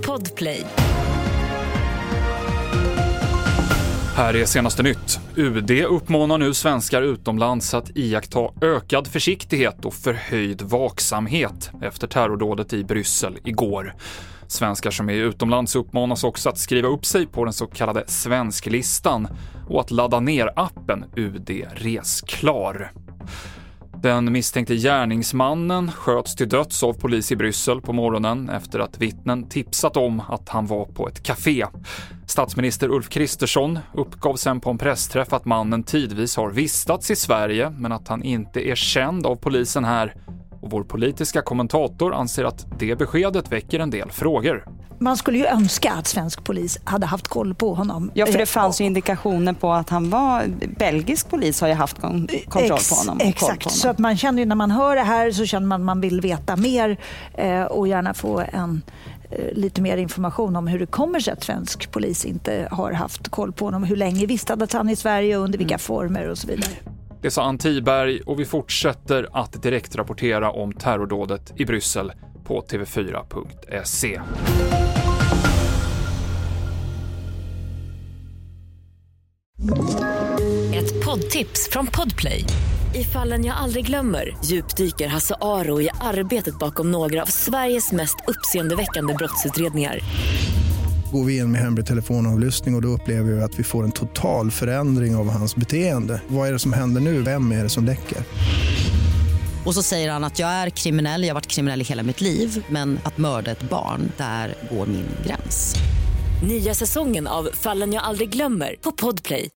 Podplay. Här är senaste nytt. UD uppmanar nu svenskar utomlands att iaktta ökad försiktighet och förhöjd vaksamhet efter terrordådet i Bryssel igår. Svenskar som är utomlands uppmanas också att skriva upp sig på den så kallade svensklistan och att ladda ner appen UD Resklar. Den misstänkte gärningsmannen sköts till döds av polis i Bryssel på morgonen efter att vittnen tipsat om att han var på ett café. Statsminister Ulf Kristersson uppgav sen på en pressträff att mannen tidvis har vistats i Sverige men att han inte är känd av polisen här. Och vår politiska kommentator anser att det beskedet väcker en del frågor. Man skulle ju önska att svensk polis hade haft koll på honom. Ja, för det fanns ju indikationer på att han var... Belgisk polis har ju haft kontroll på honom. Exakt, så att man känner ju när man hör det här så känner man att man vill veta mer och gärna få lite mer information om hur det kommer sig att svensk polis inte har haft koll på honom. Hur länge vistades han i Sverige och under vilka former och så vidare. Det sa Ann Tiberg och vi fortsätter att direkt rapportera om terrordådet i Bryssel på tv4.se. Ett poddtips från Podplay. I Fallen jag aldrig glömmer djupdyker Hasse Aro i arbetet bakom några av Sveriges mest uppseendeväckande brottsutredningar. Går vi in med hemlig telefonavlyssning och då upplever vi att vi får en total förändring av hans beteende. Vad är det som händer nu? Vem är det som läcker? Och så säger han att jag är kriminell, jag har varit kriminell i hela mitt liv. Men att mörda ett barn, där går min gräns. Nya säsongen av Fallen jag aldrig glömmer på Podplay.